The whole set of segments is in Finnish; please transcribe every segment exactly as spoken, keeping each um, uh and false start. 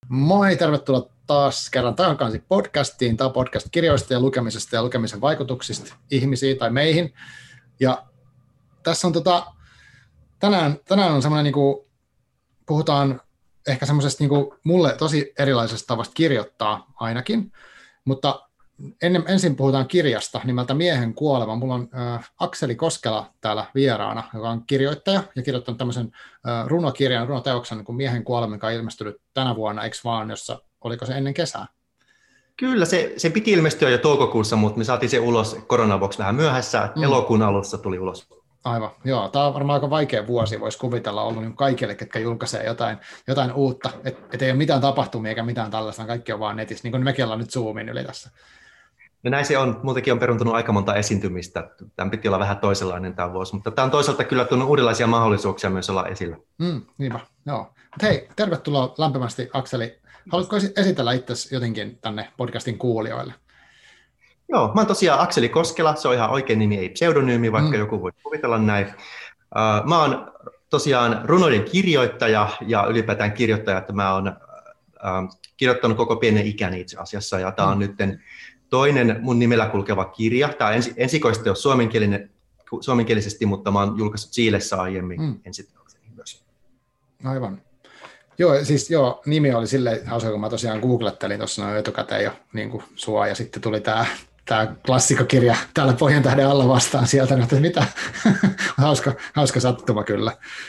Moi, tervetuloa taas kerran Takakansi podcastiin. Tämä on podcast kirjoista ja lukemisesta ja lukemisen vaikutuksista ihmisiin tai meihin. Ja tässä on tota, tänään, tänään on semmoinen, niin kuin, puhutaan ehkä semmoisesta niin kuin mulle tosi erilaisesta tavasta kirjoittaa ainakin, mutta ennen, ensin puhutaan kirjasta nimeltä Miehen kuolema. Mulla on äh, Akseli Koskela täällä vieraana, joka on kirjoittaja ja kirjoittanut tämmöisen äh, runokirjan, runoteoksen kuin Miehen kuolema, joka on ilmestynyt tänä vuonna, eikö vaan, jossa, oliko se ennen kesää? Kyllä, se, se piti ilmestyä jo toukokuussa, mutta me saatiin se ulos koronan vuoksi vähän myöhässä. Mm. Elokuun alussa tuli ulos. Aivan, joo. Tämä on varmaan aika vaikea vuosi, voisi kuvitella ollut niin kaikille, ketkä julkaisee jotain, jotain uutta. Että et ei ole mitään tapahtumia eikä mitään tällaista, kaikki on vaan netissä, niin kuin mekin ollaan nyt Zoomin yli tässä. No näin se on. Muutenkin on peruntunut aika monta esiintymistä. Tämän piti olla vähän toisenlainen tämä vuosi, mutta tämä on toisaalta kyllä tuonut uudenlaisia mahdollisuuksia myös olla esillä. Mm, niinpä, joo. Mut hei, tervetuloa lämpimästi, Akseli. Haluatko esitellä itsesi jotenkin tänne podcastin kuulijoille? Joo, mä oon tosiaan Akseli Koskela, se on ihan oikein nimi, ei pseudonyymi, vaikka mm. joku voi kuvitella näin. Uh, mä oon tosiaan runoiden kirjoittaja ja ylipäätään kirjoittaja, että mä oon uh, kirjoittanut koko pienen ikäni itse asiassa, ja tää on mm. nyt toinen mun nimellä kulkeva kirja. Tää on ensi, ensikoisesti jo suomenkielinen, suomenkielisesti, mutta mä oon julkaissut Chiilessä aiemmin mm. ensiteokseni myös. Aivan. Joo, siis joo, nimi oli silleen hauska, kun mä tosiaan googlettelin tuossa noin etukäteen jo niin kuin sua, ja sitten tuli tää, tää klassikokirja täällä Pohjantähden alla vastaan sieltä, että mitä, hauska, hauska sattuma kyllä.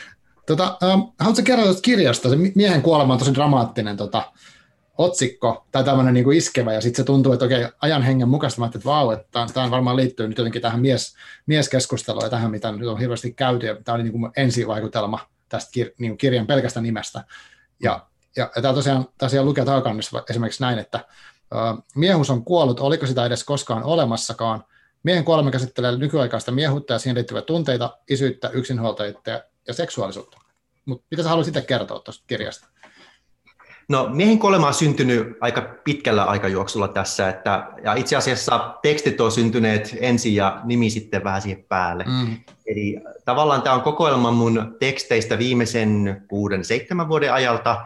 Tota, ähm, haluatko kertoa tuosta kirjasta? Se Miehen kuolema on tosi dramaattinen tota, otsikko, tai tämmöinen niin kuin iskevä, ja sitten se tuntuu, että okei, ajan hengen mukaista, mä ajattelin, että vau, että tämä varmaan liittyy nyt jotenkin tähän mies, mieskeskusteluun, ja tähän, mitä nyt on hirveästi käyty, ja tämä oli niin kuin ensivaikutelma tästä kir, niin kuin kirjan pelkästä nimestä. Ja, ja, ja tämä tosiaan, tosiaan lukee Takakannessa esimerkiksi näin, että uh, miehus on kuollut, oliko sitä edes koskaan olemassakaan. Miehen kuolema käsittelee nykyaikaista miehuutta ja siihen liittyviä tunteita, isyyttä, yksinhuoltajuutta ja, ja seksuaalisuutta. Mutta mitä sä haluaisit itse kertoa tuosta kirjasta? No, Miehen kuolema on syntynyt aika pitkällä aikajuoksulla tässä, että, ja itse asiassa tekstit on syntyneet ensin ja nimi sitten vähän siihen päälle. Mm. Eli tavallaan tämä on kokoelma mun teksteistä viimeisen kuuden, seitsemän vuoden ajalta.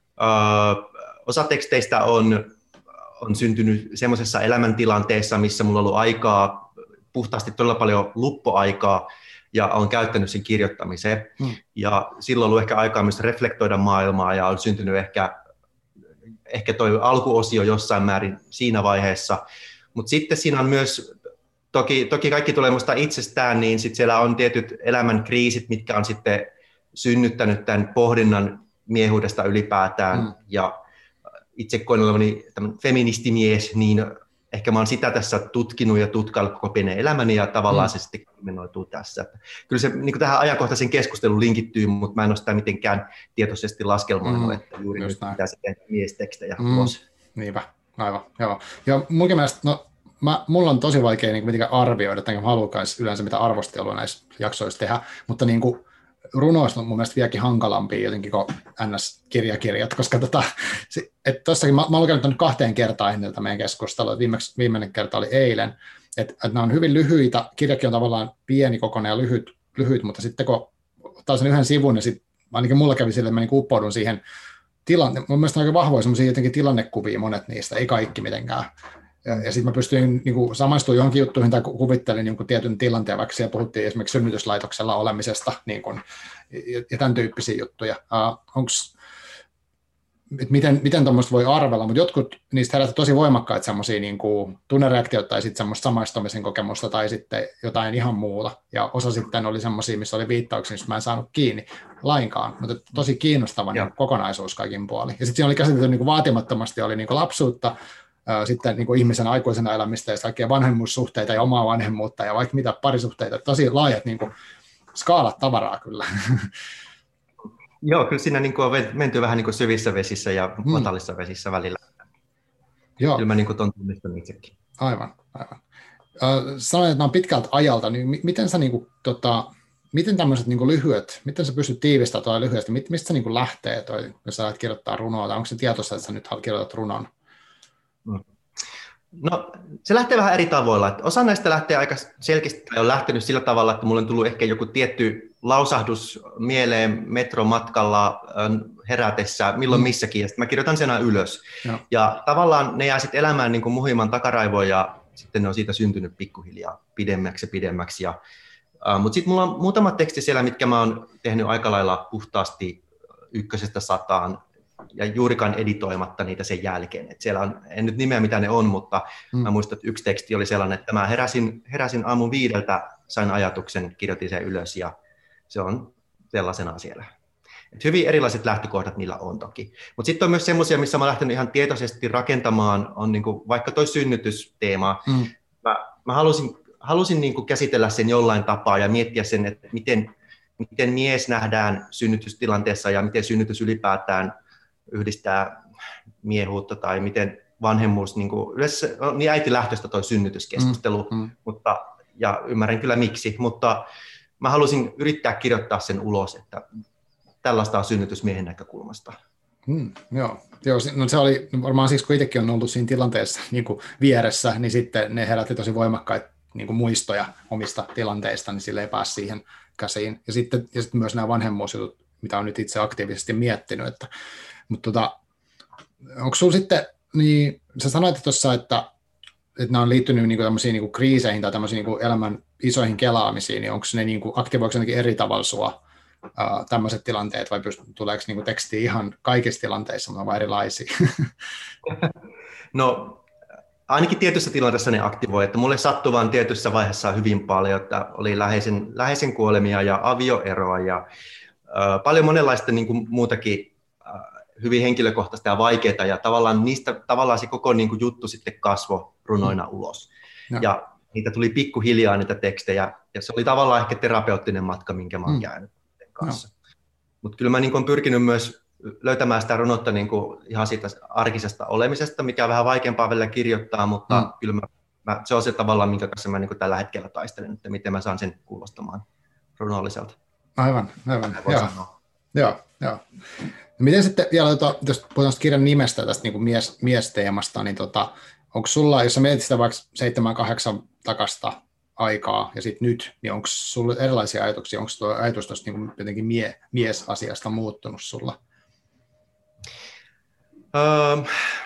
Ö, osa teksteistä on, on syntynyt semmoisessa elämäntilanteessa, missä mulla on ollut aikaa, puhtaasti todella paljon luppoaikaa, ja olen käyttänyt sen kirjoittamiseen. Mm. Ja silloin on ollut ehkä aikaa myös reflektoida maailmaa, ja on syntynyt ehkä ehkä toi alkuosio jossain määrin siinä vaiheessa, mutta sitten siinä on myös, toki, toki kaikki tulee musta itsestään, niin sitten siellä on tietyt elämän kriisit, mitkä on sitten synnyttänyt tämän pohdinnan miehuudesta ylipäätään, mm. ja itse koen olevani feministimies, niin ehkä mä oon sitä tässä tutkinut ja tutkaillut koko pienen elämäni, ja tavallaan mm. se sitten menoituu tässä. Kyllä se niin tähän ajankohtaisen keskusteluun linkittyy, mutta mä en ole sitä mitenkään tietoisesti laskelmoinut, mm. että juuri Just nyt näin. Pitää se tehdä miestekstejä mm. ulos. Niinpä, aivan, joo. Ja munkin mielestä, no, mä, mulla on tosi vaikea niin mitenkään arvioida, että haluaisi yleensä mitä arvostelua näissä jaksoissa tehdä, mutta niin kuin runoista on mun mielestä vieläkin hankalampia jotenkin kuin N S-kirjakirjat, koska tota, että tossakin mä, mä oon lukenut nyt kahteen kertaan ennen tätä meidän keskustelua, viimeksi, viimeinen kerta oli eilen, että, että nämä on hyvin lyhyitä, kirjakin on tavallaan pieni kokoinen ja lyhyt, lyhyt mutta sitten kun ottaa sen yhden sivun, niin sitten ainakin mulla kävi silleen, että mä niin uppoudun siihen tilanne, mun mielestä on aika vahvoja semmoisia jotenkin tilannekuvia monet niistä, ei kaikki mitenkään. Ja, ja sitten mä pystyin niin kuin, samaistumaan johonkin juttuihin tai kuvittelin niin kuin, tietyn tilanteen, vaikka siellä puhuttiin esimerkiksi synnytyslaitoksella olemisesta niin kuin, ja, ja tämän tyyppisiä juttuja. Uh, onks, miten miten tuommoista voi arvella, mutta jotkut niistä herättää tosi voimakkaita semmoisia niin kuin tunnereaktioita tai sitten semmoista samaistumisen kokemusta tai sitten jotain ihan muuta. Ja osa sitten oli semmoisia, missä oli viittauksia, mistä mä en saanut kiinni lainkaan, mutta tosi kiinnostava niin kokonaisuus kaikin puolin. Ja sitten siinä oli käsitelty niin kuin vaatimattomasti, oli niin kuin lapsuutta, sitten niin kuin ihmisen aikuisena elämistä ja kaikkia vanhemmuussuhteita ja omaa vanhemmuutta ja vaikka mitä parisuhteita, tosi laajat niin kuin skaalat tavaraa kyllä. Joo, kyllä siinä niin kuin on menty vähän niin kuin syvissä vesissä ja hmm. matalissa vesissä välillä. Joo. Kyllä mä niin kuin ton tunnistan itsekin. Aivan, aivan. Äh, sanoin, että nämä on pitkältä ajalta, niin miten sä niin kuin, tota, miten tämmöiset niin kuin lyhyet, miten sä pystyt tiivistämään toi lyhyesti, mistä se niin kuin lähtee toi, jos sä lähdet kirjoittaa runoa, tai onko se tietoista, että sä nyt kirjoitat runon? No se lähtee vähän eri tavoilla. Että osa näistä lähtee aika selkeästi, tai on lähtenyt sillä tavalla, että mulle on tullut ehkä joku tietty lausahdus mieleen metromatkalla herätessä, milloin missäkin, ja sitten mä kirjoitan sen aina ylös. No. Ja tavallaan ne jää sitten elämään niin kuin muhiman takaraivoon, ja sitten ne on siitä syntynyt pikkuhiljaa pidemmäksi ja pidemmäksi. Ja, äh, mutta sitten mulla on muutama teksti siellä, mitkä mä oon tehnyt aika lailla puhtaasti ykkösestä sataan, ja juurikaan editoimatta niitä sen jälkeen. Et siellä on, en nyt nimeä mitä ne on, mutta mm. mä muistan, että yksi teksti oli sellainen, että mä heräsin, heräsin aamun viideltä, sain ajatuksen, kirjoitin sen ylös ja se on sellaisena siellä. Et hyvin erilaiset lähtökohdat niillä on toki. Mutta sitten on myös semmoisia, missä mä oon lähtenyt ihan tietoisesti rakentamaan, on niinku vaikka toi synnytysteema. Mm. Mä, mä halusin, halusin niinku käsitellä sen jollain tapaa ja miettiä sen, että miten, miten mies nähdään synnytystilanteessa ja miten synnytys ylipäätään yhdistää miehuutta tai miten vanhemmuus, niin kuin, yleensä on niin äitilähtöistä toi synnytyskeskustelu, mm, mm. Mutta, ja ymmärrän kyllä miksi, mutta mä halusin yrittää kirjoittaa sen ulos, että tällaista on synnytys miehen näkökulmasta. Mm, joo, joo no se oli varmaan siksi, kun itsekin on ollut siinä tilanteessa niin kuin vieressä, niin sitten ne herätti tosi voimakkaita niin kuin muistoja omista tilanteista, niin sille ei pääse siihen käsiin. Ja sitten, ja sitten myös nämä vanhemmuusjutut, mitä on nyt itse aktiivisesti miettinyt, että mutta tota, onko sinulla sitten, niin sä sanoit tuossa, että, että nämä on liittynyt niinku tämmöisiin niinku kriiseihin tai tämmöisiin niinku elämän isoihin kelaamisiin, niin onko ne niinku, aktivoiko se jotenkin eri tavalla sua ää, tämmöiset tilanteet, vai pyst- tuleeko niinku tekstiä ihan kaikissa tilanteissa, mutta vaan erilaisia? No ainakin tietyssä tilanteessa ne aktivoi, että mulle sattui vaan tietyssä vaiheessa hyvin paljon, että oli läheisen, läheisen kuolemia ja avioeroa ja ää, paljon monenlaista niinku muutakin hyvin henkilökohtaista ja vaikeaa, ja tavallaan niistä tavallaan se koko niin kuin, juttu sitten kasvoi runoina mm. ulos. Ja. ja niitä tuli pikkuhiljaa niitä tekstejä, ja se oli tavallaan ehkä terapeuttinen matka, minkä mä oon mm. käynyt kanssa. No. Mutta kyllä mä niin kuin, olen pyrkinyt myös löytämään sitä runoutta niin kuin, ihan siitä arkisesta olemisesta, mikä on vähän vaikeampaa välillä kirjoittaa, mutta mm. kyllä mä, mä, se on se tavallaan, minkä kanssa mä niin kuin, tällä hetkellä taistelen, että miten mä saan sen kuulostamaan runolliselta. Aivan, aivan. Joo. Joo, joo. No miten sitten vielä, jos puhutaan kirjan nimestä, tästä niin kuin mies, miesteemasta, niin tota, onko sulla, jos sä mietit sitä vaikka seitsemän, kahdeksan takasta aikaa ja sitten nyt, niin onko sulla erilaisia ajatuksia, onko tuo ajatus tuosta niin jotenkin mie, miesasiasta muuttunut sulla? Um,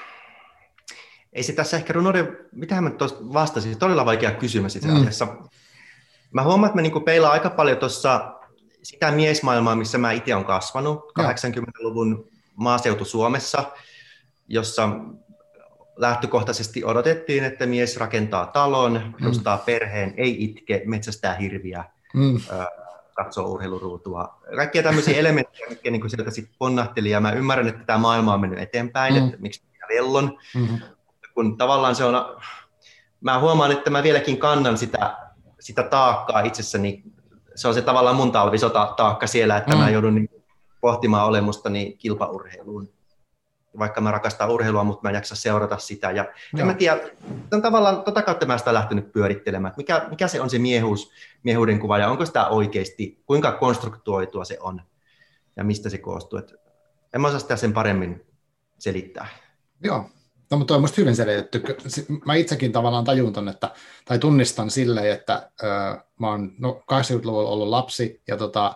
ei se tässä ehkä runouden, mitähän mä tuosta vastasin, todella vaikea kysymys itse asiassa. Mm. Mä huomaan, että mä niin kuin peilaan aika paljon tuossa sitä miesmaailmaa, missä mä itse olen kasvanut, kahdeksankymmentäluvun maaseutu Suomessa, jossa lähtökohtaisesti odotettiin, että mies rakentaa talon, perustaa mm. perheen, ei itke, metsästää hirviä, mm. katsoo urheiluruutua. Kaikkia tämmöisiä elementtejä, mitkä niin sieltä sitten ponnahteli, ja mä ymmärrän, että tämä maailma on mennyt eteenpäin, mm. että miksi minä vellon. Mm-hmm. Kun tavallaan se on, mä huomaan, että mä vieläkin kannan sitä, sitä taakkaa itsessäni. Se on se tavallaan mun talvisota taakka siellä, että mm. mä joudun niin pohtimaan olemustani kilpaurheiluun. Vaikka mä rakastan urheilua, mutta mä en jaksa seurata sitä. Ja en mä tiedä, on tavallaan tota kautta mä sitä lähtenyt pyörittelemään. Mikä, mikä se on se miehuus, miehuuden kuva ja onko sitä oikeasti, kuinka konstruktoitua se on ja mistä se koostuu. Et en mä osaa sitä sen paremmin selittää. Joo. No, mutta on musta hyvin selitetty. Mä itsekin tavallaan tajun ton, että, tai tunnistan silleen, että ö, mä oon no, kahdeksankymmentäluvulla ollut lapsi, ja tota,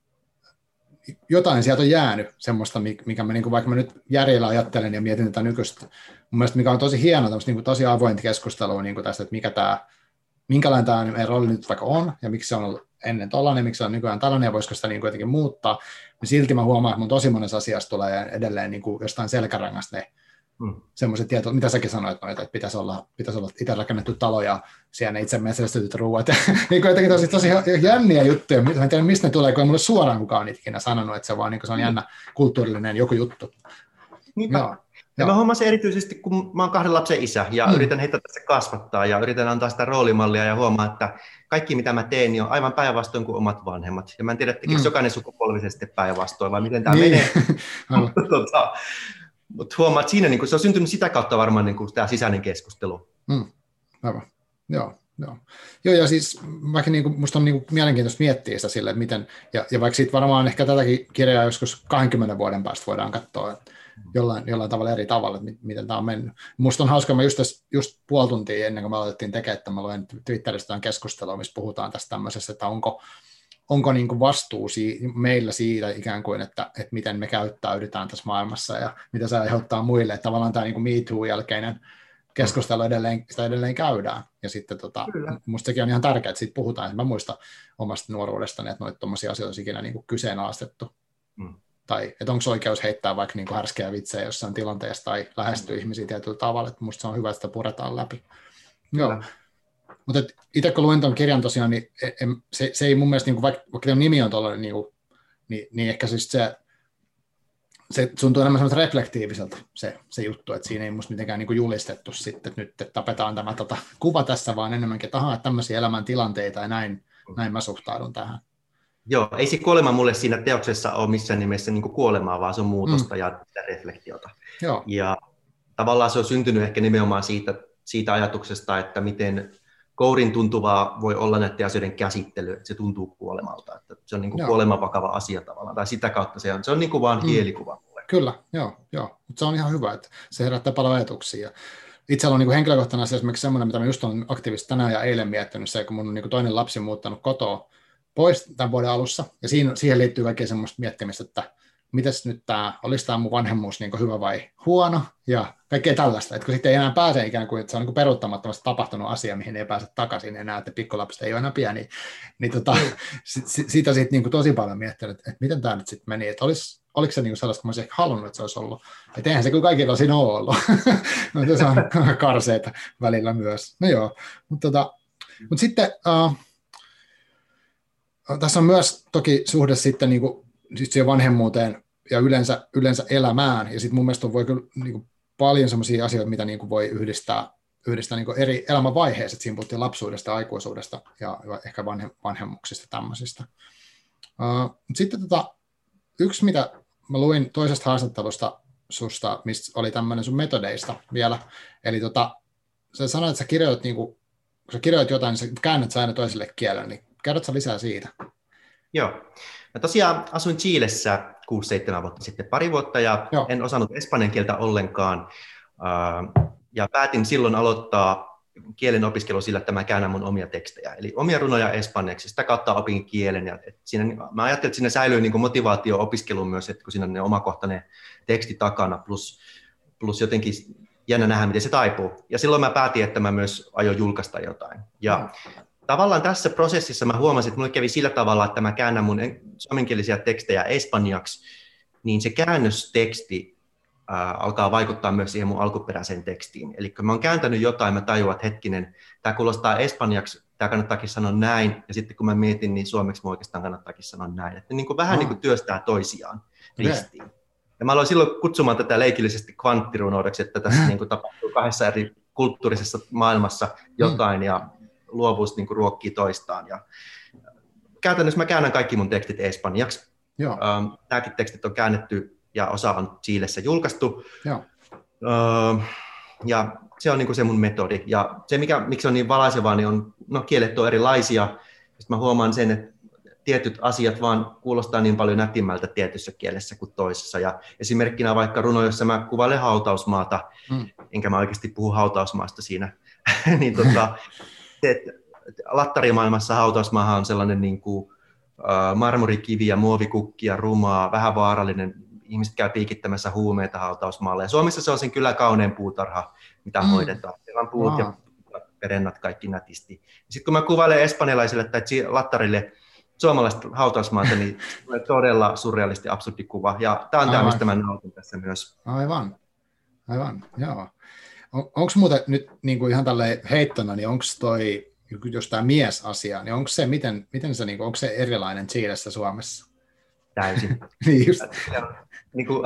jotain sieltä on jäänyt semmoista, mikä mä, niin kuin, vaikka mä nyt järjellä ajattelen ja mietin tätä nykyistä, mun mielestä mikä on tosi hienoa, niin kuin, tosi avointa keskustelua niin kuin tästä, että mikä tää, minkälainen tämä meidän rooli nyt vaikka on, ja miksi se on ollut ennen tollainen, miksi se on nykyään tällainen, ja voisiko sitä niin kuin jotenkin muuttaa, niin silti mä huomaan, että mun tosi monessa asiassa tulee edelleen niin kuin jostain selkärangasta ne Hmm. semmoiset tiedot, mitä säkin sanoit, noita, että pitäisi olla, pitäisi olla itse rakennettu talo ja siellä ne itse metsästetyt ruuat. Niin jotenkin tosi, tosi jänniä juttuja. Mä en tiedä, mistä ne tulee, kun ei mulle suoraan kukaan niitä ikinä sanonut, että se, vaan, niin se on jännä kulttuurillinen joku juttu. Niinpä. Joo. Ja mä huomasin erityisesti, kun mä oon kahden lapsen isä ja hmm. yritän heitä tässä kasvattaa ja yritän antaa sitä roolimallia ja huomaa, että kaikki mitä mä teen niin on aivan päinvastoin kuin omat vanhemmat. Ja mä en tiedä, tekeekö hmm. jokainen sukupolvi sitten päinvastoin vai miten tämä niin. menee. tota, Mutta huomaa, että siinä niin se on syntynyt sitä kautta varmaan niin tämä sisäinen keskustelu. Mm, aivan, joo. Joo. Joo, ja siis vaikka niin kuin, musta on niin kuin mielenkiintoista miettiä sitä sille, että miten, ja, ja vaikka siitä varmaan ehkä tätäkin kirjaa joskus kaksikymmentä vuoden päästä voidaan katsoa, että, jollain, jollain tavalla eri tavalla, että miten tämä on mennyt. Musta on hauska, mä just, tässä, just puoli tuntia ennen kuin me aloitettiin tekemään, että mä luen Twitteristä keskustelua, missä puhutaan tästä tämmöisestä, että onko, onko niin kuin vastuu si- meillä siitä ikään kuin, että, että miten me käyttäydytään tässä maailmassa ja mitä se aiheuttaa muille, että tavallaan tämä niin kuin Me Too-jälkeinen keskustelu edelleen, sitä edelleen käydään. Ja sitten tota, musta sekin on ihan tärkeää, että siitä puhutaan. Että mä muistan omasta nuoruudestani, että noita tuommoisia asioita olisi ikinä niin kuin kyseenalaistettu. Mm. Tai että onko oikeus heittää vaikka niin kuin härskejä vitsejä jossain tilanteessa tai lähestyä mm. ihmisiä tietyllä tavalla. Että musta se on hyvä, että sitä puretaan läpi. Joo. Mutta itse kun luen tuon kirjan tosiaan, niin se, se ei mun mielestä, niin kuin, vaikka, vaikka nimi on tuollainen, niin, niin, niin ehkä siis se se tuntuu enemmän semmoista reflektiiviselta se, se juttu, että siinä ei musta mitenkään niin kuin julistettu sitten, että nyt että tapetaan tämä tota, kuva tässä, vaan enemmänkin, että ahaa, että tämmöisiä elämäntilanteita ja näin, näin mä suhtaudun tähän. Joo, ei se kuolema mulle siinä teoksessa ole missään nimessä niin kuin kuolemaa, vaan se on muutosta mm. ja reflektiota. Joo. Ja tavallaan se on syntynyt ehkä nimenomaan siitä, siitä ajatuksesta, että miten kourin tuntuvaa voi olla näiden asioiden käsittely, että se tuntuu kuolemalta, että se on niin kuin kuoleman vakava asia tavallaan, tai sitä kautta se on, se on niin kuin vaan hielikuva mm. mulle. Kyllä, joo, joo, mutta se on ihan hyvä, että se herättää paljon ajatuksia. Itsellä on niin kuin henkilökohtainen asia esimerkiksi semmoinen, mitä mä just olen aktiivisesti tänään ja eilen miettinyt, se, kun mun on niin kuin toinen lapsi muuttanut kotoa pois tämän vuoden alussa, ja siihen, siihen liittyy kaikkea semmoista miettimistä, että mitäs nyt tämä, olisi tämä mun vanhemmuus niin kuin hyvä vai huono, ja kaikkea tällaista, että kun sitten ei enää pääse ikään kuin, että se on niin kuin peruuttamattomasti tapahtunut asia, mihin ei pääse takaisin enää, että pikkulapset ei ole enää pieniä, niin tota, sit, sit, siitä sitten niin kuin tosi paljon miettinyt, että, että miten tämä nyt sitten meni, että olisi, oliko se niin kuin sellaista, kun mä olisin ehkä halunnut, että se olisi ollut, että eihän se kyllä kaikilla siinä ole ollut, no, se on karseita välillä myös, no joo, mutta tota, mut sitten uh, tässä on myös toki suhde sitten niin kuin, siis siihen vanhemmuuteen ja yleensä, yleensä elämään, ja sitten mun mielestä on voi kyllä niin kuin paljon sellaisia asioita, mitä niin kuin voi yhdistää, yhdistää niin kuin eri elämänvaiheissa, että siinä puhuttiin lapsuudesta, aikuisuudesta ja ehkä vanhem, vanhemmuksista tämmöisistä. Uh, sitten tota, yksi, mitä mä luin toisesta haastattelusta susta, mistä oli tämmöinen sun metodeista vielä, eli tota, sä sanoit, että sä kirjoitat, niin kuin, kun sä kirjoitat jotain, niin sä käännät sä aina toiselle kielelle, niin kerrotko sä lisää siitä? Joo. Mä tosiaan asuin Chilessä kuusi seitsemän vuotta sitten pari vuotta ja Joo. en osannut espanjan kieltä ollenkaan. Ja päätin silloin aloittaa kielen opiskelu sillä, että mä käännän mun omia tekstejä. Eli omia runoja espanjaksi, sitä kautta opin kielen. Ja siinä, mä ajattelin, että siinä säilyy niin kuin motivaatio opiskeluun myös, että kun siinä on ne omakohtainen teksti takana, plus, plus jotenkin jännä nähdä, miten se taipuu. Ja silloin mä päätin, että mä myös aion julkaista jotain. Ja tavallaan tässä prosessissa mä huomasin, että mulle kävi sillä tavalla, että mä käännän mun suomenkielisiä tekstejä espanjaksi, niin se käännösteksti ää, alkaa vaikuttaa myös siihen mun alkuperäiseen tekstiin. Eli kun mä oon kääntänyt jotain, mä tajuan, että hetkinen, tämä kuulostaa espanjaksi, tämä kannattaakin sanoa näin, ja sitten kun mä mietin, niin suomeksi mun oikeastaan kannattaakin sanoa näin. Että niin kuin vähän oh. niin kuin työstää toisiaan ristiin. Okay. Ja mä aloin silloin kutsumaan tätä leikillisesti kvanttirunoudeksi, että tässä niin kuin tapahtuu kahdessa eri kulttuurisessa maailmassa jotain, mm. ja luovuus niin kuin ruokkii toistaan. Ja käytännössä mä käännän kaikki mun tekstit espanjaksi. Joo. Ähm, Nämäkin tekstit on käännetty ja osa on Chilessä julkaistu. Joo. Ähm, ja se on niin kuin se mun metodi. Ja se, mikä, miksi on niin valaisevaa, niin on, no kielet on erilaisia. Sitten mä huomaan sen, että tietyt asiat vaan kuulostaa niin paljon nätimmältä tietyssä kielessä kuin toisessa. Ja esimerkkinä vaikka runo, jossa mä kuvailen hautausmaata, mm. enkä mä oikeasti puhu hautausmaasta siinä, niin tota, lattarimaailmassa hautausmaahan on sellainen niin kuin, uh, marmorikivi ja muovikukki ja rumaa, vähän vaarallinen. Ihmiset käy piikittämässä huumeita hautausmaalla. Ja Suomessa se on sen kyllä kaunein puutarha, mitä mm. hoidetaan. Siellä on puut wow. ja perennat kaikki nätisti. Sitten kun mä kuvailen espanjalaisille tai lattarille suomalaista hautausmaata, niin tulee todella surrealisti absurdi kuva. Ja tämä on tämä, mistä mä nautin tässä myös. Aivan, aivan, joo. On, onko muuten nyt niin kuin ihan tälleen heittona, niin onko toi, jos tämä mies-asia, niin onko se, miten, miten se, niin kuin, onko se erilainen Chilessä Suomessa? Täysin. Niin just. niin kuin,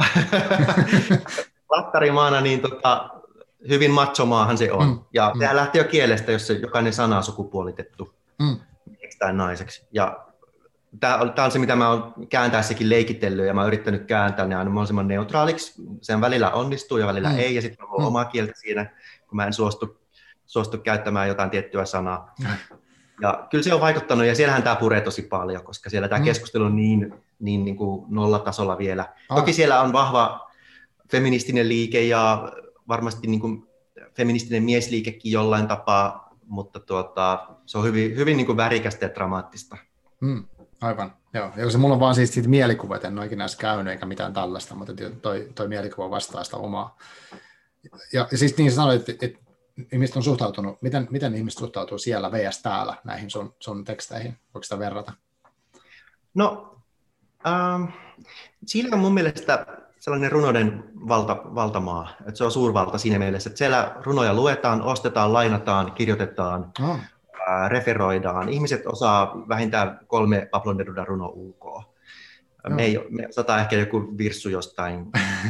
lattarimaana, niin tota, hyvin machomaahan se on. Mm, ja mm. sehän lähtee jo kielestä, jos se jokainen sana on sukupuolitettu mm. mieheksi tai naiseksi. Ja tämä on, tämä on se, mitä mä oon kääntäessäkin leikitellyt, ja mä oon yrittänyt kääntää ne aina mahdollisimman neutraaliksi. Sen välillä onnistuu ja välillä mm. ei, ja sitten mä oon mm. omaa kieltä siinä, kun mä en suostu, suostu käyttämään jotain tiettyä sanaa. Mm. Ja kyllä se on vaikuttanut, ja siellähän tämä puree tosi paljon, koska siellä tämä mm. keskustelu on niin, niin, niin kuin nollatasolla vielä. Ah. Toki siellä on vahva feministinen liike ja varmasti niin kuin feministinen miesliikekin jollain tapaa, mutta tuota, se on hyvin, hyvin niin kuin värikästä ja dramaattista. Hmm, aivan, joo. Ja se mulla on vaan siis siitä mielikuva, että en ole ikinä edes käynyt eikä mitään tällaista, mutta toi, toi mielikuva vastaa sitä omaa. Ja, ja siis niin sanoit, että, että ihmiset on suhtautunut, miten, miten ihmiset suhtautuu siellä vs. täällä näihin sun, sun teksteihin? Voiko sitä verrata? No, ähm, siinä on mun mielestä sellainen runouden valta, valtamaa, että se on suurvalta siinä mielessä, että siellä runoja luetaan, ostetaan, lainataan, kirjoitetaan, oh. ää, referoidaan. Ihmiset osaa vähintään kolme Pablo Nerudan runo ulkoa. Oh. Me, ei, me osataan ehkä joku virssu jostain,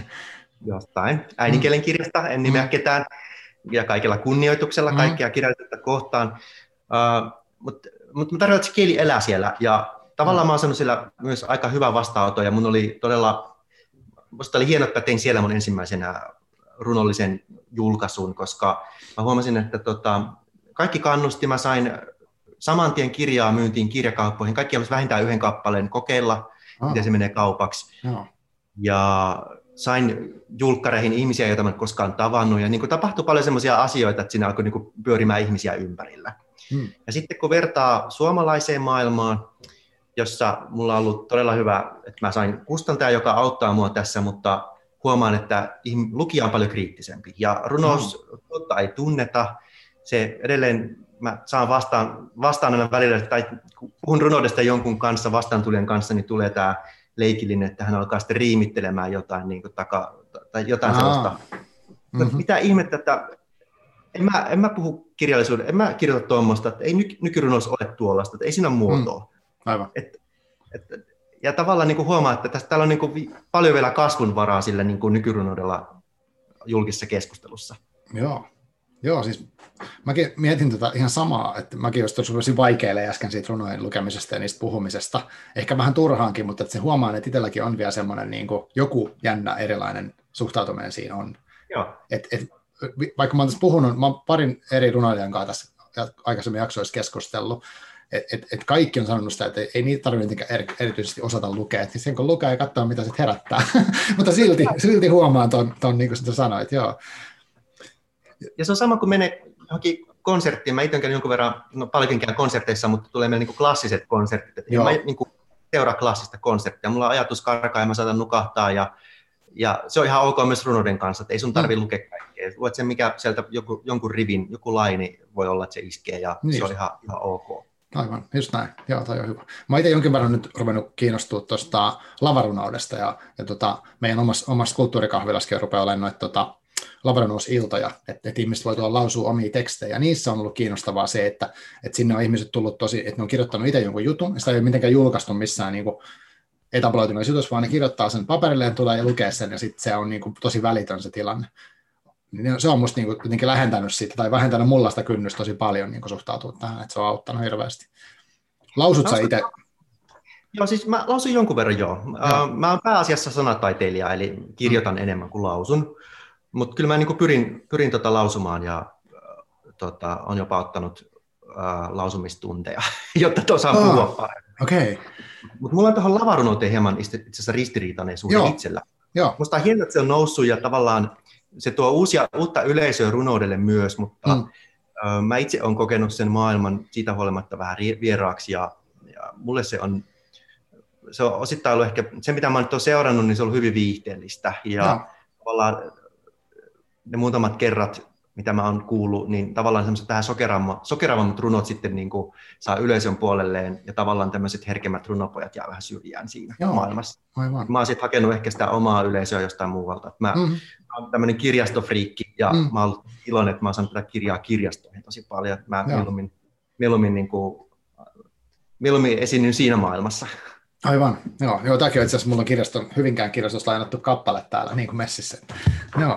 jostain äidinkielen kirjasta, en nimeä ketään, ja kaikella kunnioituksella mm. kaikkea kirjoitetta kohtaan. Uh, Mutta mut mä tarkoitan, että se kieli elää siellä, ja tavallaan mm. mä oon saanut siellä myös aika hyvä vastaanotto, ja mun oli todella Minusta oli hienoa, että tein siellä mun ensimmäisenä runollisen julkaisun, koska mä huomasin, että tota, kaikki kannusti. Mä sain saman tien kirjaa myyntiin kirjakauppoihin. Kaikki halusivat vähintään yhden kappaleen kokeilla, oh. miten se menee kaupaksi. Oh. Ja sain julkkareihin ihmisiä, joita mä en koskaan tavannut. Ja niin kuin tapahtui paljon sellaisia asioita, että siinä alkoi niin kuin pyörimään ihmisiä ympärillä. Hmm. Ja sitten kun vertaa suomalaiseen maailmaan, jossa mulla on ollut todella hyvä, että mä sain kustantaja, joka auttaa mua tässä, mutta huomaan, että lukija on paljon kriittisempi. Ja runous totta ei tunneta. Se edelleen, mä saan vastaan, vastaan aina välillä, tai kun puhun runoudesta jonkun kanssa, vastaantulijan kanssa, niin tulee tämä leikillinen, että hän alkaa sitten riimittelemään jotain, niin kuin taka, tai jotain sellaista. Mm-hmm. Mitä ihmettä, että en mä, en mä puhu kirjallisuuden, en mä kirjoita tuommoista, että ei ny, nykyrunous ole tuollaista, että ei siinä muotoa. Mm. Aivan. Et, et, ja tavallaan niin kuin huomaa, että tästä, täällä on niin kuin paljon vielä kasvun varaa sillä niin kuin nykyrunoudella julkisessa keskustelussa. Joo, Joo siis mäkin mietin tätä ihan samaa, että mäkin just tosi vaikeilee äsken siitä runojen lukemisesta ja niistä puhumisesta. Ehkä vähän turhaankin, mutta että se huomaan, että itselläkin on vielä semmoinen niin kuin joku jännä erilainen suhtautuminen siinä on. Joo. Et, et, vaikka mä oon tässä puhunut, mä oon parin eri runoilijan kanssa tässä aikaisemmin jaksoissa keskustellut, että et, et kaikki on sanonut sitä, että ei, ei niitä tarvitse er, erityisesti osata lukea, että sen kun lukee ja katsoo, mitä sitten herättää. Mutta silti, silti huomaan ton, ton niin kuin sitä sanoit, joo. Ja se on sama, kun menee johonkin konserttiin. Mä itse käyn jonkun verran, no paljonkin käyn konserteissa, mutta tulee meille niin klassiset konsertit. Et mä niin kuin seuraa klassista konserttia. Mulla on ajatus karkaa ja mä saatan nukahtaa. Ja, ja se on ihan ok myös runouden kanssa, että ei sun tarvitse mm. lukea kaikkea. Luet sen, mikä sieltä joku, jonkun rivin, joku laini voi olla, että se iskee ja niin se on ihan, ihan ok. Aivan, just näin. Joo, toi on hyvä. Mä itse jonkin verran nyt ruvennut kiinnostua tuosta lavarunoudesta ja, ja tota, meidän omassa, omassa kulttuurikahvilassakin rupeaa olemaan noita tota, lavarunousiltoja, että, että ihmiset voi tulla lausua omia tekstejä. Niissä on ollut kiinnostavaa se, että, että sinne on ihmiset tullut tosi, että ne on kirjoittanut itse jonkun jutun, ja sitä ei ole mitenkään julkaistu missään niin kuin etabloituneessa jutussa, vaan ne kirjoittaa sen paperille ja tulee ja lukee sen, ja sitten se on niin kuin tosi välitön se tilanne. Se on musta niin kuin jotenkin lähentänyt sitä, tai vähentänyt mulla sitä kynnystä tosi paljon niin kuin suhtautua tähän, että se on auttanut hirveästi. Lausut sä itse? Joo, siis mä lausun jonkun verran joo. joo. Mä oon pääasiassa sanataiteilija, eli kirjoitan hmm. enemmän kuin lausun. Mutta kyllä mä niin pyrin, pyrin tota lausumaan ja äh, tota, on jopa ottanut äh, lausumistunteja, jotta osaan oh, puhua paremmin. Okay. Mutta mulla on tuohon lavarunouteen hieman itse asiassa ristiriitainen suhde Joo. itsellä. Joo. Musta on hienoa, että se on noussut ja tavallaan se tuo uusia, uutta yleisöä runoudelle myös, mutta mm. äh, mä itse olen kokenut sen maailman siitä huolimatta vähän vieraaksi ja, ja mulle se on, se on osittain ollut ehkä, se mitä mä nyt olen seurannut, niin se on ollut hyvin viihteellistä ja no. tavallaan ne muutamat kerrat, mitä mä oon kuullut, niin tavallaan semmoiset vähän sokeravammat runot sitten niin kuin saa yleisön puolelleen, ja tavallaan tämmöiset herkemmät runopojat jää vähän syrjään siinä Joo, maailmassa. Aivan. Mä oon sitten hakenut ehkä sitä omaa yleisöä jostain muualta. Mä, mm-hmm. mä oon tämmöinen kirjastofriikki, ja mm. mä oon ollut iloinen, että mä oon saanut tätä kirjaa kirjastoihin tosi paljon. Mä mieluummin, mieluummin, niin kuin, mieluummin esiinnyn siinä maailmassa. Aivan, joo. joo tämäkin on itse asiassa, mulla on kirjaston, Hyvinkään kirjastosta lainattu kappale täällä, niin kuin messissä. Joo.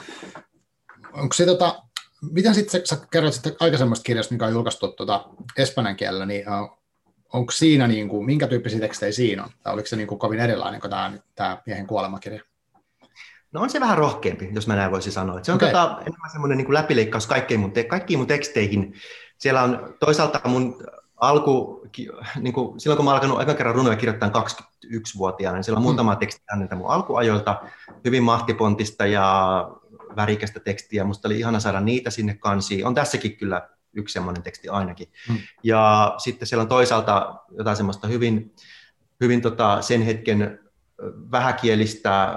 Onko se, tota, miten sitten sä kerroit sitten aikaisemmasta kirjasta, mikä on julkaistu tuota, espanjan kielellä, niin uh, onko siinä, niin kuin, minkä tyyppisiä tekstejä siinä on? Tai oliko se niin kuin, kovin erilainen kuin tämä, tämä miehen kuolemakirja? No on se vähän rohkeampi, jos mä näin voisin sanoa. Se on okay. tota, enemmän semmoinen niin kuin läpileikkaus kaikkiin mun, te- kaikkiin mun teksteihin. Siellä on toisaalta mun alku, niin kuin, silloin kun mä alkanut aika kerran runoja kirjoittaa kaksikymmentäyksivuotiaana, niin siellä on muutama teksti hänetä mun alkuajoilta, hyvin mahtipontista ja värikästä tekstiä. Musta oli ihana saada niitä sinne kansiin. On tässäkin kyllä yksi semmoinen teksti ainakin. Hmm. Ja sitten siellä on toisaalta jotain semmoista hyvin, hyvin tota sen hetken vähäkielistä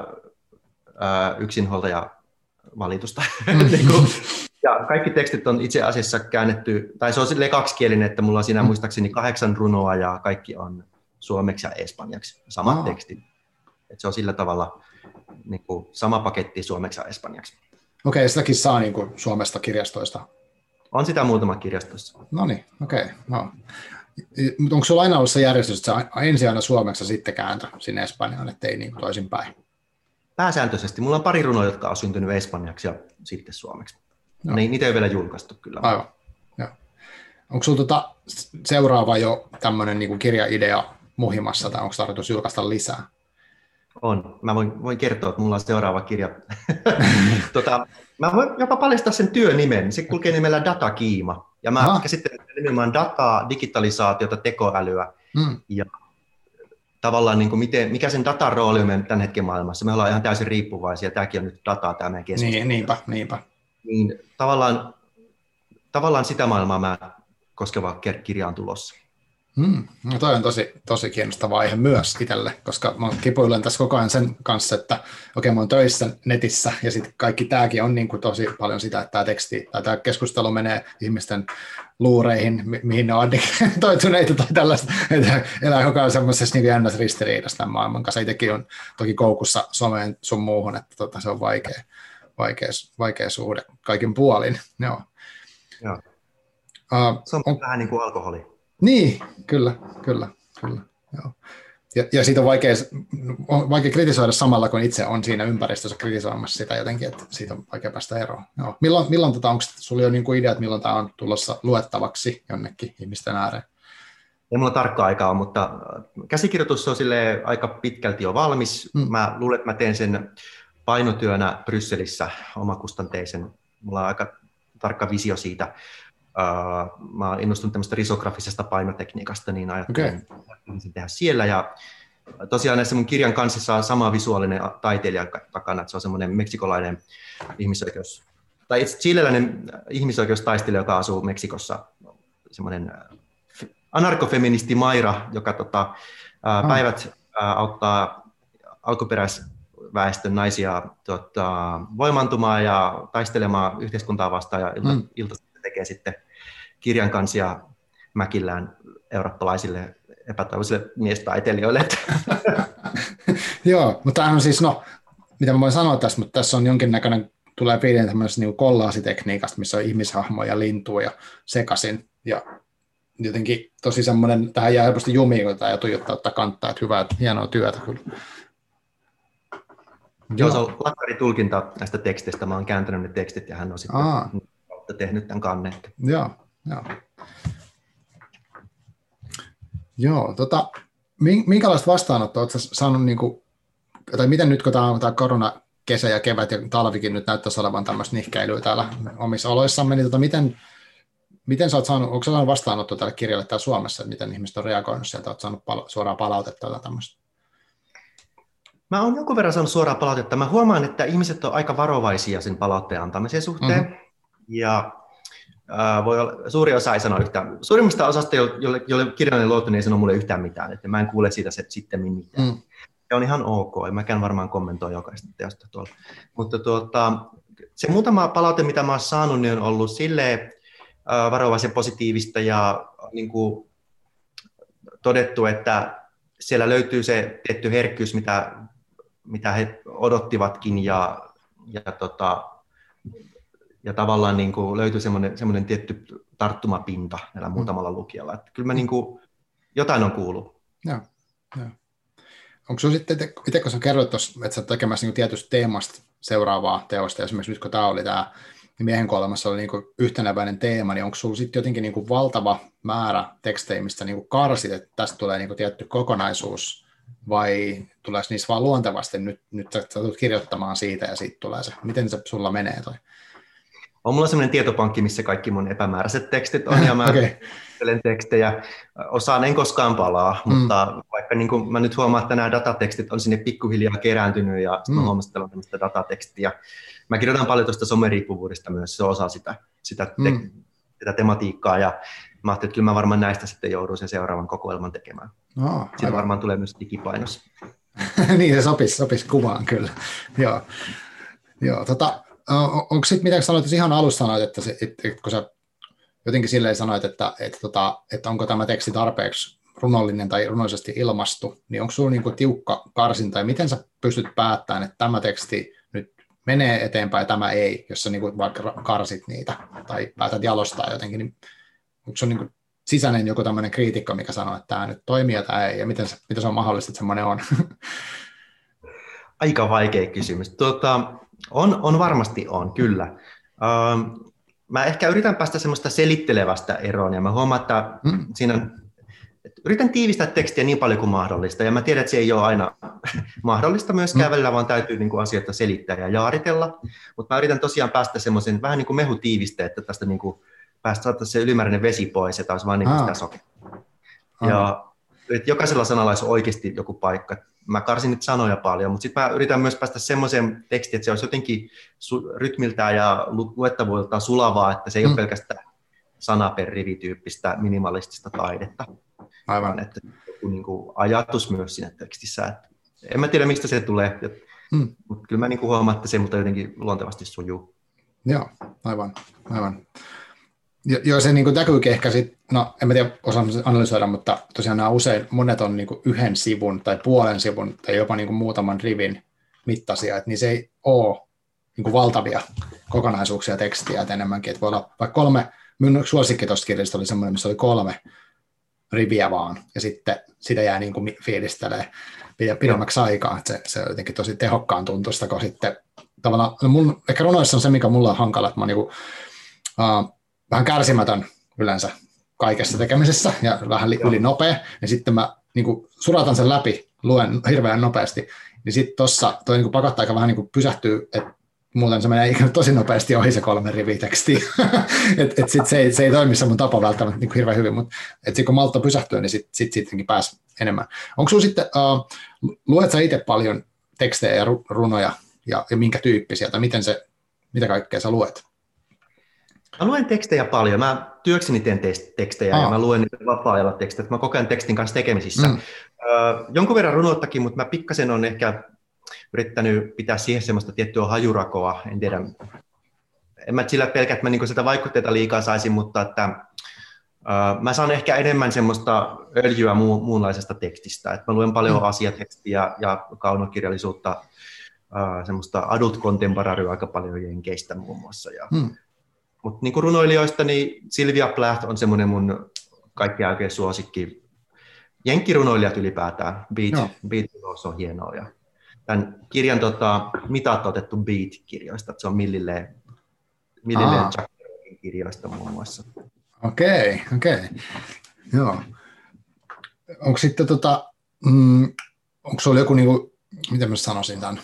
ää, yksinhuoltajavalitusta. Hmm. Ja kaikki tekstit on itse asiassa käännetty, tai se on silleen kaksikielinen, että mulla on siinä muistaakseni kahdeksan runoa ja kaikki on suomeksi ja espanjaksi, samat oh. tekstit. Et se on sillä tavalla niin kuin sama paketti suomeksi ja espanjaksi. Okei, okay, sitäkin saa niin kuin Suomesta kirjastoista? On sitä muutama kirjastossa. No niin, okei. Okay, no. Mutta onko sulla aina ollut se järjestys, että sä ensin aina suomeksi ja sitten kääntö sinne Espanjaan, ettei niin kuin toisinpäin? Pääsääntöisesti. Mulla on pari runoa, jotka on syntynyt espanjaksi ja sitten suomeksi. No. Niin, niitä ei vielä julkaistu kyllä. Aivan. Joo. Onko sinulla tota seuraava jo tämmöinen niin kuin kirjaidea muhimassa, tai onko tarkoitus julkaista lisää? On. Mä voin, voin kertoa, että mulla on seuraava kirja. tota, mä voin jopa paljastaa sen työnimen. Se kulkee nimellä Datakiima. Ja mä Aha. käsittelen nimenomaan dataa, digitalisaatiota, tekoälyä. Hmm. Ja tavallaan niin kuin miten, mikä sen datan rooli on meidän tämän hetken maailmassa. Me ollaan ihan täysin riippuvaisia. Tämäkin on nyt dataa, tämä meidän keskustelu. Niin, niinpä, niinpä. Niin tavallaan, tavallaan sitä maailmaa mä koskeva kirja on tulossa. Hmm. No toi on tosi, tosi kiinnostava aihe myös itselle, koska mä kipuilen tässä koko ajan sen kanssa, että okei, mä oon töissä netissä ja sitten kaikki tämäkin on niin kuin tosi paljon sitä, että tämä teksti tai tämä keskustelu menee ihmisten luureihin, mi- mihin ne on addiktoituneita tai tällaista, että elää koko ajan semmoisessa niin jännässä ristiriidassa tämän maailman kanssa. Itsekin on toki koukussa someen sun muuhun, että tota, se on vaikea. Vaikea, vaikea suhde kaikin puolin. Joo. Joo. Uh, se on, on vähän niin kuin alkoholi. Niin, kyllä, kyllä, kyllä. Joo. Ja, ja siitä on vaikea, on vaikea kritisoida samalla, kun itse on siinä ympäristössä kritisoimassa sitä jotenkin, että siitä on vaikea päästä eroon. Joo. Milloin, milloin tota, onko sinulla jo niin kuin idea, että milloin tämä on tulossa luettavaksi jonnekin ihmisten ääreen? Ei mulla tarkkaa aikaa, mutta käsikirjoitus on aika pitkälti jo valmis. Hmm. Mä luulen, että mä teen sen painotyönä Brysselissä omakustanteisen. Mulla on aika tarkka visio siitä. Uh, mä oon innostunut tämmöistä risografisesta painotekniikasta, niin ajattelin okay. sen tehdä siellä. Ja tosiaan näissä mun kirjan kanssa on sama visuaalinen taiteilija takana, että se on semmoinen meksikolainen ihmisoikeus, tai itse chileläinen ihmisoikeustaistelija, joka asuu Meksikossa, semmoinen anarkofeministi Mayra, joka tota, uh, päivät uh, auttaa alkuperäisväestön naisia tota, voimantumaan ja taistelemaan yhteiskuntaa vastaan, ja ilta, mm. ilta tekee sitten kirjan kansia Mäkillään eurooppalaisille epätoivoisille miestaiteilijoille. Joo, mutta tämähän on siis, no, mitä mä voin sanoa tässä, mutta tässä on jonkinnäköinen, tulee piirtein tämmöisestä niin kollaasitekniikasta, missä on ihmishahmoja, lintuja sekaisin, ja jotenkin tosi semmoinen, tähän jää helposti jumiin, kun tämä ja tuijottaa ottaa kantaa, että hyvää, hienoa työtä kyllä. Joo, se on lakkaritulkinta näistä teksteistä, mä oon kääntänyt ne tekstit, ja hän on sitten Aa. tehnyt tämän kannen. Joo, joo. Joo, tota, minkälaista vastaanottoa oletko saanut, niin kuin, tai miten nyt kun tämä on tämä korona, kesä ja kevät ja talvikin nyt näyttäisi olevan tämmöistä nihkeilyä täällä omissa oloissamme, niin tota, miten, miten sä oot saanut, onko sä saanut vastaanottoa tälle kirjalle täällä Suomessa, että miten ihmiset on reagoinut sieltä, oot saanut pala- suoraa palautetta tai tämmöistä? Mä oon jonkun verran saanut suoraa palautetta. Mä huomaan, että ihmiset on aika varovaisia sen palautteen antamisen suhteen. Mm-hmm. Ja äh, voi olla, suuri osa ei sano yhtään. Suurimmista osasta, jolle, jolle kirjallinen luotu, niin ei sano mulle yhtään mitään. Että mä en kuule siitä se, sitten mitään. Mm. Se on ihan ok. Mäkään varmaan kommentoi jokaista teosta tuolla. Mutta tuota, se muutama palaute, mitä mä oon saanut, niin on ollut silleen äh, varovaisen positiivista ja niin kuin todettu, että siellä löytyy se tietty herkkyys, mitä, mitä he odottivatkin ja, ja tota, ja tavallaan niin kuin löytyi semmoinen, semmoinen tietty tarttumapinta näillä muutamalla lukijalla. Että kyllä mä niin kuin, jotain on kuullut. Joo, joo. Onko sinulla sitten, itse kun sä kerroit tuossa, että sä olet tekemässä niin tietystä teemasta seuraavaa teosta, esimerkiksi nyt kun tämä oli tämä miehen kuolemassa oli niin kuin yhtenäväinen teema, niin onko sinulla sitten jotenkin niin kuin valtava määrä tekstejä, mistä niin kuin karsit, että tästä tulee niin kuin tietty kokonaisuus, vai tuleeko niissä vaan luontevasti, nyt, nyt sä tulet kirjoittamaan siitä ja siitä tulee se. Miten se sulla menee toi? on mulla sellainen tietopankki, missä kaikki mun epämääräiset tekstit on, ja mä okay. tekstejä. Osaan en koskaan palaa, mm. mutta vaikka niin kuin mä nyt huomaan, että nämä datatekstit on sinne pikkuhiljaa kerääntynyt, ja sitten mm. mä huomasin, että on tämmöistä datatekstiä. Mä kirjoitan paljon tuosta someriippuvuudesta myös, se on osa sitä, sitä, te- mm. sitä tematiikkaa, ja mä ajattelin, että kyllä mä varmaan näistä sitten joudun sen seuraavan kokoelman tekemään. Oh, Siitä varmaan tulee myös digipainos. Niin, se sopisi, sopisi kuvaan kyllä. Joo. Joo, tota, onko sitten mitä sanoit, ihan alussa sanoit, että, se, että, että kun sä jotenkin silleen sanoit, että, että, että, että onko tämä teksti tarpeeksi runollinen tai runollisesti ilmastu, niin onko sinulla niinku tiukka karsinta, ja miten sä pystyt päättämään, että tämä teksti nyt menee eteenpäin ja tämä ei, jos sä niinku vaikka karsit niitä tai päätät jalostaa jotenkin, niin onko se niinku sisäinen joku tämmöinen kriitikko, mikä sanoo, että tämä nyt toimii ja tämä ei, ja miten se, miten se on mahdollista, että semmoinen on? Aika vaikea kysymys. Tuota, on, on varmasti on, kyllä. Ähm, mä ehkä yritän päästä semmoista selittelevästä eroon, ja mä huomaan, että mm. siinä että yritän tiivistää tekstiä niin paljon kuin mahdollista, ja mä tiedän, että se ei ole aina mahdollista myöskään, mm. välillä vaan täytyy niin kuin asioita selittää ja jaaritella, mutta mä yritän tosiaan päästä semmoisen vähän niin kuin mehutiiviste, että tästä niin kuin päästä saada se ylimääräinen vesi pois, että olisi vaan niin kuin sitä sokeria. Ja että jokaisella sanalla olisi oikeasti joku paikka. Mä karsin nyt sanoja paljon, mutta sitten mä yritän myös päästä semmoiseen tekstiin, että se olisi jotenkin su- rytmiltään ja lu- luettavuudeltaan sulavaa, että se ei mm. ole pelkästään sana per rivi -tyyppistä minimalistista taidetta. Aivan. Vaan että joku niin kuin ajatus myös siinä tekstissä. Että en mä tiedä, mistä se tulee, mm. mutta kyllä mä niin kuin huomaan, että se mutta jotenkin luontevasti sujuu. Joo, aivan. aivan. Joo, se niin näkyykin ehkä sitten, no en mä tiedä osaan analysoida, mutta tosiaan nämä usein, monet on niin yhden sivun tai puolen sivun tai jopa niin muutaman rivin mittaisia, että niin se ei ole niin valtavia kokonaisuuksia tekstiä, että enemmänkin, että voi olla vaikka kolme, minun suosikki tuosta kirjasta oli semmoinen, missä oli kolme riviä vaan, ja sitten sitä jää niin kuin fiilistelee pidemmäksi aikaa, että se, se on jotenkin tosi tehokkaan tuntuista, kun sitten tavallaan, no mun, ehkä runoissa on se, mikä mulla on hankala, että mä oon niin kuin, uh, vähän kärsimätön yleensä kaikessa tekemisessä ja vähän yli nopea, ja sitten mä niin kuin suratan sen läpi, luen hirveän nopeasti, niin sitten tuossa toi niin pakottaa aika vähän niin pysähtyy, että muuten se menee tosi nopeasti ohi se kolme riviä tekstiä, että et sitten se ei, se ei toimi se mun tapa välttämättä niin hirveän hyvin, mutta sitten kun malttaa pysähtyä, niin sitten sit sittenkin pääsi enemmän. Onko sinulla sitten, uh, luet sä itse paljon tekstejä ja runoja, ja, ja minkä tyyppisiä, tai miten se, mitä kaikkea sä luet? Mä luen tekstejä paljon. Mä työkseni teen tekstejä Aa. ja mä luen niitä vapaa-ajalla tekstejä. Mä koko ajan tekstin kanssa tekemisissä. Mm. Öö, jonkun verran runottakin, mutta mä pikkasen on ehkä yrittänyt pitää siihen semmoista tiettyä hajurakoa. En tiedä, en mä sillä pelkää, että mä niinku sitä vaikutteita liikaa saisin, mutta että, öö, mä saan ehkä enemmän semmoista öljyä muu, muunlaisesta tekstistä. Et mä luen paljon mm. asiatekstiä ja kaunokirjallisuutta, öö, semmoista adult contemporarya aika paljon jenkeistä muun muassa. Ja, mm. Mutta niin kuin runoilijoista, niin Sylvia Plath on semmoinen mun kaikki oikein suosikki. Jenkkirunoilijat ylipäätään. Beat, no. beat on hienoa. Ja tämän kirjan tota, mitat on otettu Beat-kirjoista. Se on Millilleen Jacksonin kirjoista muun muassa. Okei, okay, okei. Okay. Joo. Onko sitten tota, mm, onko sulla joku, niinku, miten mä sanoisin tämän,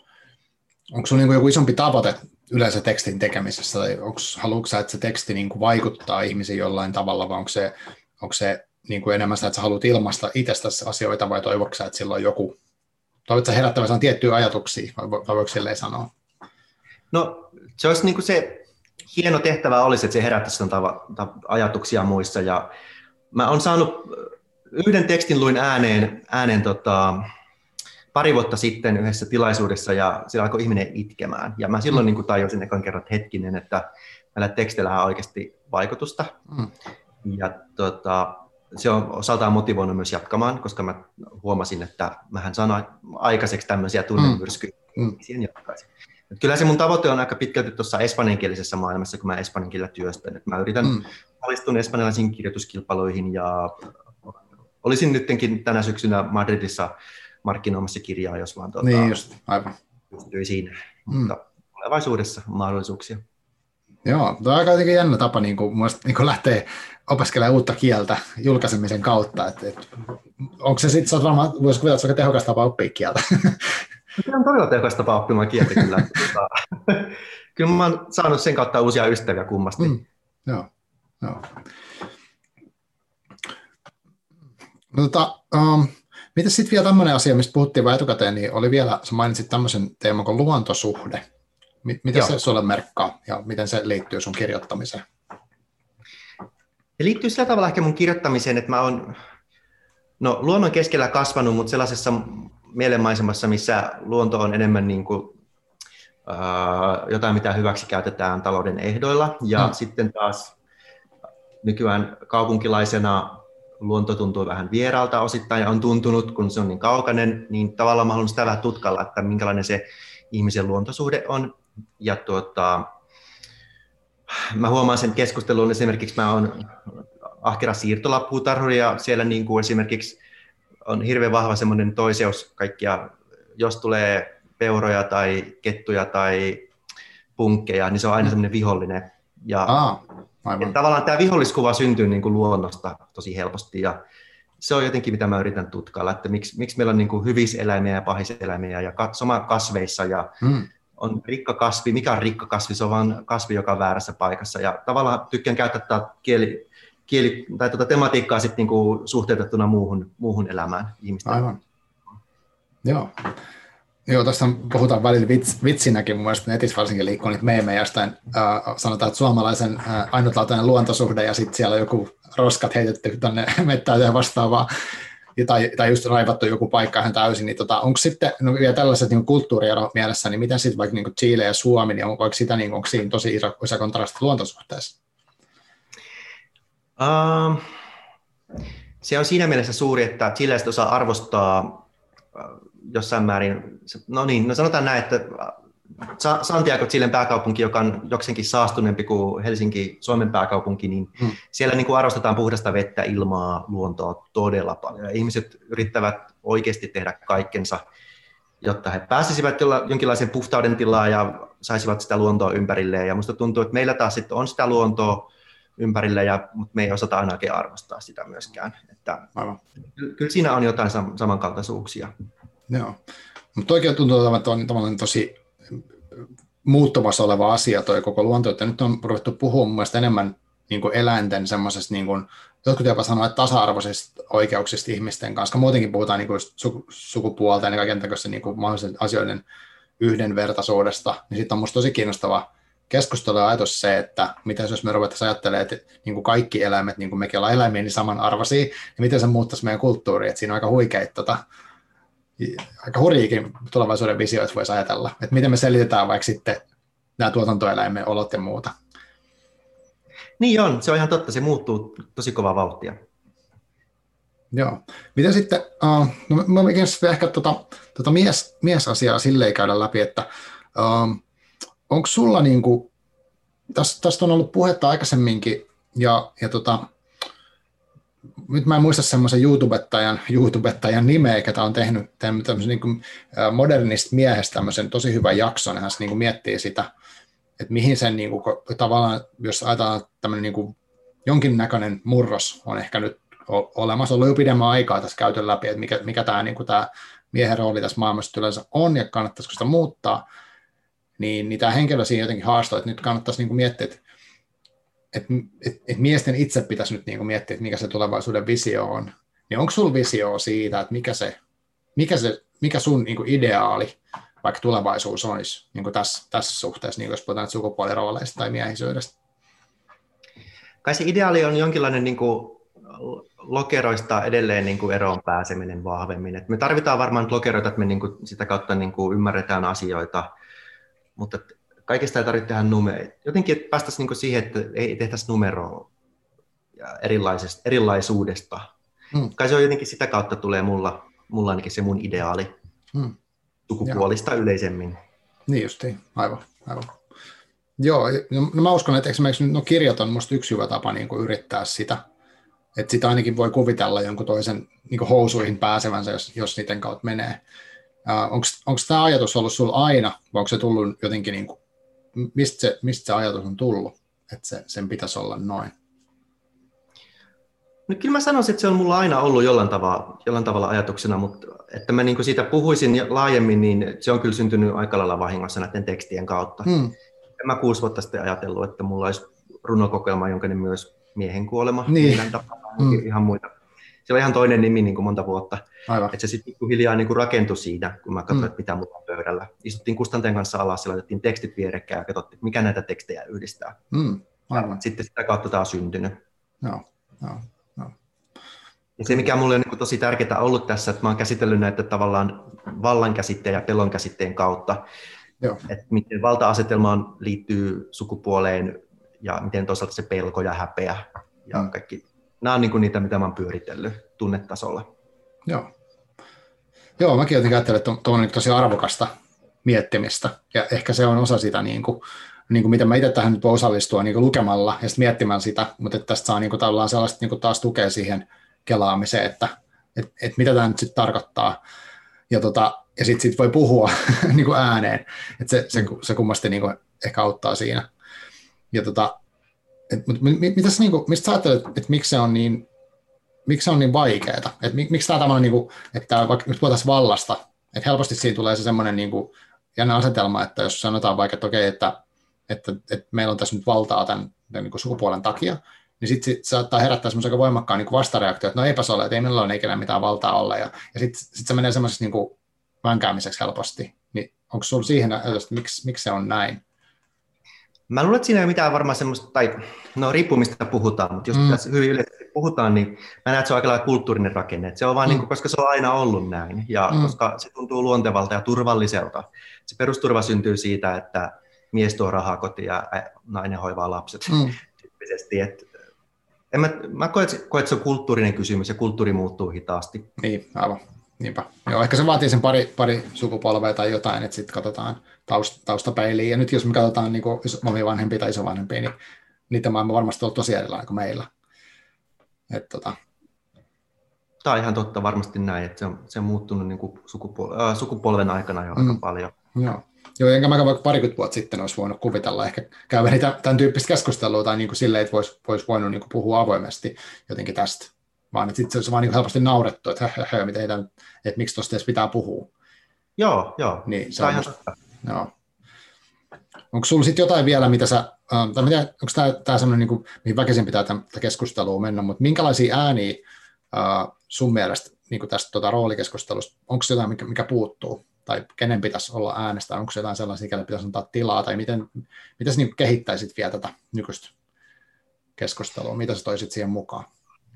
onko sulla niinku joku isompi tavoite yleensä tekstin tekemisessä, tai haluatko sä, että se teksti niin kuin vaikuttaa ihmisiin jollain tavalla, vai onko se, onko se niin kuin enemmän sitä, että sä haluat ilmaista itsestäsi asioita, vai toivotko sä, että sillä on joku, toivotko sä herättävänsä tiettyjä ajatuksia, vai voiko silleen sanoa? No se olisi niin kuin se hieno tehtävä olisi, että se herättäisi ajatuksia muissa, ja mä oon saanut yhden tekstin luin ääneen, ääneen tota, pari vuotta sitten yhdessä tilaisuudessa, ja siellä alkoi ihminen itkemään. Ja mä silloin niin kuin tajusin ekan kerran, että hetkinen, että näillä teksteillä on oikeasti vaikutusta. Mm. Ja tota, se on osaltaan motivoinut myös jatkamaan, koska mä huomasin, että mähän sanoin aikaiseksi tämmöisiä tunnemyrskyjä, mm. siihen jatkaisin. Et kyllä se mun tavoite on aika pitkälti tuossa espanjankielisessä maailmassa, kun mä espanjankielellä työstän. Et mä yritän mm. alistua espanjalaisiin kirjoituskilpailuihin, ja olisin nyttenkin tänä syksynä Madridissa markkinoimassa kirjaa, jos vaan tuota, niin just, aivan. pystyisin, mm. mutta tulevaisuudessa on mahdollisuuksia. Joo, tuo on aika jotenkin jännä tapa niin kuin, niin kuin lähteä opiskelemaan uutta kieltä julkaisemisen kautta. Et, et, onko se sitten, sä oot varmaan, voisi kuvitella, että se on tehokas tapa oppia kieltä. Se on todella tehokas tapa oppimaan kieltä kyllä. kyllä mä oon saanut sen kautta uusia ystäviä kummasti. Mm, joo, joo. No, tota, um, miten sitten vielä tämmöinen asia, mistä puhuttiin vain etukäteen, niin oli vielä, sä mainitsit tämmöisen teeman kuin luontosuhde. Mitä joo. se sulle merkkaa ja miten se liittyy sun kirjoittamiseen? Se liittyy sillä tavalla ehkä mun kirjoittamiseen, että mä oon no, luonnon keskellä kasvanut, mutta sellaisessa mielenmaisemassa, missä luonto on enemmän niin kuin, äh, jotain, mitä hyväksi käytetään talouden ehdoilla. Ja hmm. sitten taas nykyään kaupunkilaisena luonto tuntuu vähän vieraalta osittain ja on tuntunut, kun se on niin kaukainen, niin tavallaan mä haluan sitä vähän tutkalla, että minkälainen se ihmisen luontosuhde on. Ja tuota, mä huomaan sen keskustelun, esimerkiksi mä oon ahkera siirtolapuutarhuri ja siellä niin kuin esimerkiksi on hirveän vahva semmoinen toiseus kaikkia, jos tulee peuroja tai kettuja tai punkkeja, niin se on aina semmoinen vihollinen. Ja, Aa, ja tavallaan tämä viholliskuva syntyy niin kuin luonnosta tosi helposti ja se on jotenkin, mitä mä yritän tutkailla, että miksi, miksi meillä on niin kuin hyviseläimiä ja pahiseläimiä ja sama kasveissa ja hmm. on rikka kasvi. Mikä on rikka kasvi? Se on vaan kasvi, joka on väärässä paikassa ja tavallaan tykkään käyttää kieli, kieli, tai tuota tematiikkaa sit niin kuin suhteutettuna muuhun, muuhun elämään ihmisten. Aivan. Joo. Joo, tässä puhutaan välillä vits, vitsinäkin, mun mielestä netissä varsinkin liikkuu niitä meemejä jostain, äh, sanotaan, että suomalaisen äh, ainutlaatuinen luontosuhde ja sitten siellä on joku roskat heitetty tuonne mettään ja vastaavaa, tai, tai just raivattu joku paikka ihan täysin, niin tota, onko sitten no vielä tällaiset niin kulttuuriero mielessä, niin miten sitten vaikka niin Chile ja Suomi, niin onko sitä niin, onko siinä tosi iso, iso kontrasti luontosuhteessa? Uh, se on siinä mielessä suuri, että chileläiset osaa arvostaa jossain määrin, no niin, no sanotaan näin, että Santiago, Chilen pääkaupunki, joka on jokseenkin saastuneempi kuin Helsinki, Suomen pääkaupunki, niin hmm. siellä niin kuin arvostetaan puhdasta vettä, ilmaa, luontoa todella paljon. Ja ihmiset yrittävät oikeasti tehdä kaikkensa, jotta he pääsisivät jonkinlaisen puhtauden tilaan ja saisivat sitä luontoa ympärilleen. Ja musta tuntuu, että meillä taas sitten on sitä luontoa ympärillä, ja, mutta me ei osata aina oikein arvostaa sitä myöskään. Että, kyllä siinä on jotain samankaltaisuuksia. Joo, mutta oikein tuntuu, että on tavallaan tosi muuttuvassa oleva asia toi koko luonto, että nyt on ruvettu puhua mun mielestä enemmän niin kuin eläinten semmoisesta, niin kuin, jotkut jopa sanoo, että tasa-arvoisista oikeuksista ihmisten kanssa, muutenkin puhutaan niin kuin sukupuolta ja kaiken täköistä niin kuin mahdollisen asioiden yhdenvertaisuudesta, niin sitten on musta tosi kiinnostava keskustelu ja ajatus se, että miten jos me ruvettaisiin ajattelemaan, että niin kuin kaikki eläimet, niin kuin mekin ollaan eläimiä, niin samanarvoisia, niin miten se muuttaisi meidän kulttuuria, että siinä on aika huikeita, tota, aika hurjiakin tulevaisuuden visioita voisi ajatella, että miten me selitetään vaikka sitten nämä tuotantoeläimen olot ja muuta. Niin on, se on ihan totta, se muuttuu tosi kovaa vauhtia. Joo. Miten sitten, uh, no mä mielestäni ehkä tuota, tuota mies, miesasiaa silleen käydä läpi, että uh, onko sulla niin kuin, tästä, tästä on ollut puhetta aikaisemminkin, ja, ja tota, nyt mä en muista semmoisen YouTubettajan, YouTubettajan nimeä, ketä on tehnyt tämmöisen niin kuin modernista miehestä tämmöisen tosi hyvän jakson, ja hän niin kuin miettii sitä, että mihin sen niin kuin, tavallaan, jos ajatellaan tämmöinen niin kuin jonkinnäköinen murros on ehkä nyt olemassa, ollut jo pidemmän aikaa tässä käytön läpi, että mikä, mikä tämä, niin kuin tämä miehen rooli tässä maailmassa yleensä on, ja kannattaisiko sitä muuttaa, niin, niin tämä henkilö siinä jotenkin haastoi, että nyt kannattaisi niin kuin miettiä, että että et, et miesten itse pitäisi nyt niinku miettiä, että mikä se tulevaisuuden visio on. Niin onko sulla visio siitä, että mikä, se, mikä, se, mikä sun niinku ideaali vaikka tulevaisuus olisi niinku tässä, tässä suhteessa, niinku jos puhutaan sukupuolirooleista tai miehisyydestä? Kai se ideaali on jonkinlainen niinku lokeroista edelleen niinku eroon pääseminen vahvemmin. Et me tarvitaan varmaan lokeroita, että me niinku sitä kautta niinku ymmärretään asioita, mutta kaikesta ei tarvitse tehdä numeroita. Jotenkin että päästäisiin niinku siihen, että ei tehtäisi numeroa erilaisuudesta. Hmm. Kai se on jotenkin sitä kautta tulee mulla, mulla ainakin se mun ideaali hmm. sukupuolista Joo. yleisemmin. Niin justiin, aivan. aivan. Joo, no mä uskon, että esimerkiksi no kirjat on musta yksi hyvä tapa niin kuin yrittää sitä. Että sitä ainakin voi kuvitella jonkun toisen niin kuin housuihin pääsevänsä, jos, jos niiden kautta menee. Uh, onko tämä ajatus ollut sulla aina, vai onko se tullut jotenkin niin kuin Mistä se, mistä se ajatus on tullut, että se, sen pitäisi olla noin? No kyllä mä sanoisin, että se on mulla aina ollut jollain tavalla, jollain tavalla ajatuksena, mutta että mä niin siitä puhuisin laajemmin, niin se on kyllä syntynyt aika lailla vahingossa näiden tekstien kautta. Hmm. en mä kuusi vuotta sitten ajatellut, että mulla olisi runokokoelma, jonka nimi myös Miehen kuolema. Niin. Mm. Ihan muita. Se on ihan toinen nimi niin kuin monta vuotta. Aivan. Että se sitten pikkuhiljaa niin kuin rakentui siinä, kun mä katsoin, mm. että mitä mulla on pöydällä. Istuttiin Kustanteen kanssa alas ja laitettiin tekstit vierekkäin ja katsottiin, mikä näitä tekstejä yhdistää. Mm. Aivan. Sitten sitä kautta tämä on syntynyt. Joo, joo, joo. Ja se, mikä mulle on niin tosi tärkeää ollut tässä, että mä oon käsitellyt näitä tavallaan vallan käsitteen ja pelon käsitteen kautta, Joo. että miten valta-asetelmaan liittyy sukupuoleen ja miten toisaalta se pelko ja häpeä ja mm. kaikki. Nämä on niin niitä, mitä mä oon pyöritellyt tunnetasolla. Joo. Joo, mäkin jotenkin ajattelen, että tuo on niin tosi arvokasta miettimistä ja ehkä se on osa sitä, niin kuin, niin kuin miten mä itse tähän nyt voi osallistua niin kuin lukemalla ja sitten miettimään sitä, mutta että tästä saa niin kuin tavallaan sellaista niin kuin taas tukea siihen kelaamiseen, että et, et mitä tämä nyt sitten tarkoittaa. Ja, tota, ja sitten sit voi puhua niin kuin ääneen, että se, se, se kummasti niin kuin ehkä auttaa siinä. Ja tota, et, mutta mitäs, niin kuin, mistä sä ajattelet, että miksi se on niin, miksi se on niin vaikeaa? Että miksi tämä tämmöinen, niin kuin, että vaikka nyt puhutaan vallasta, että helposti siinä tulee se semmoinen niin kuin jännä asetelma, että jos sanotaan vaikka, että okei, että, että, että meillä on tässä nyt valtaa tämän, tämän niin kuin sukupuolen takia, niin sitten sit saattaa herättää semmoisen aika voimakkaan niin vastareaktio, että no eipä se ole, että ei meillä ole ikinä mitään valtaa olla, ja, ja sitten sit se menee semmoisessa niin kuin vänkäämiseksi helposti. Niin onko sinulla siihen ajatus, että miksi, miksi se on näin? Mä luulen, että siinä ei ole mitään varmaan semmoista, tai no riippuu mistä puhutaan, mutta jos mm. tässä hyvin yleisesti puhutaan, niin mä näen, että se on aika lailla kulttuurinen rakenne. Että se on vaan mm. niin kuin, koska se on aina ollut näin, ja mm. koska se tuntuu luontevalta ja turvalliselta. Se perusturva syntyy siitä, että mies tuo rahaa kotiin ja nainen hoivaa lapset mm. tyyppisesti. Että En mä, mä koen, että se on kulttuurinen kysymys ja kulttuuri muuttuu hitaasti. Niin, aivan. Niinpä. Joo, ehkä se vaatii sen pari, pari sukupolvea tai jotain, että sitten katsotaan taust, taustapeiliin. Ja nyt jos me katsotaan niin omia vanhempia tai isovanhempia, niin niitä maailma varmasti on tosi erilainen kuin meillä. Et, tota. Tämä on ihan totta varmasti näin, että se on, se on muuttunut niin kuin sukupol- äh, sukupolven aikana jo mm. aika paljon. Joo. Joo, enkä mä vaikka parikymmentä vuotta sitten olisi voinut kuvitella ehkä käydä niitä, tämän tyyppistä keskustelua tai niin kuin silleen, että voisi vois voinut niin kuin puhua avoimesti jotenkin tästä. Vaan että sitten se on vaan niin helposti naurettu, että, hö, hö, miten heitä, että miksi tuosta edes pitää puhua. Joo, joo. Niin, se on musta, joo. Onko sinulla sitten jotain vielä, mitä sä, äh, tai mitä, onko tämä, tämä sellainen, niin kuin, mihin väkisin pitää tätä keskustelua mennä, mutta minkälaisia ääniä äh, sun mielestä niin kuin tästä tuota, roolikeskustelusta, onko se jotain, mikä, mikä puuttuu? Tai kenen pitäisi olla äänestä, onko se jotain sellaisia, kelle pitäisi antaa tilaa, tai miten, miten sä niin kehittäisit vielä tätä nykyistä keskustelua, mitä sä toisit siihen mukaan?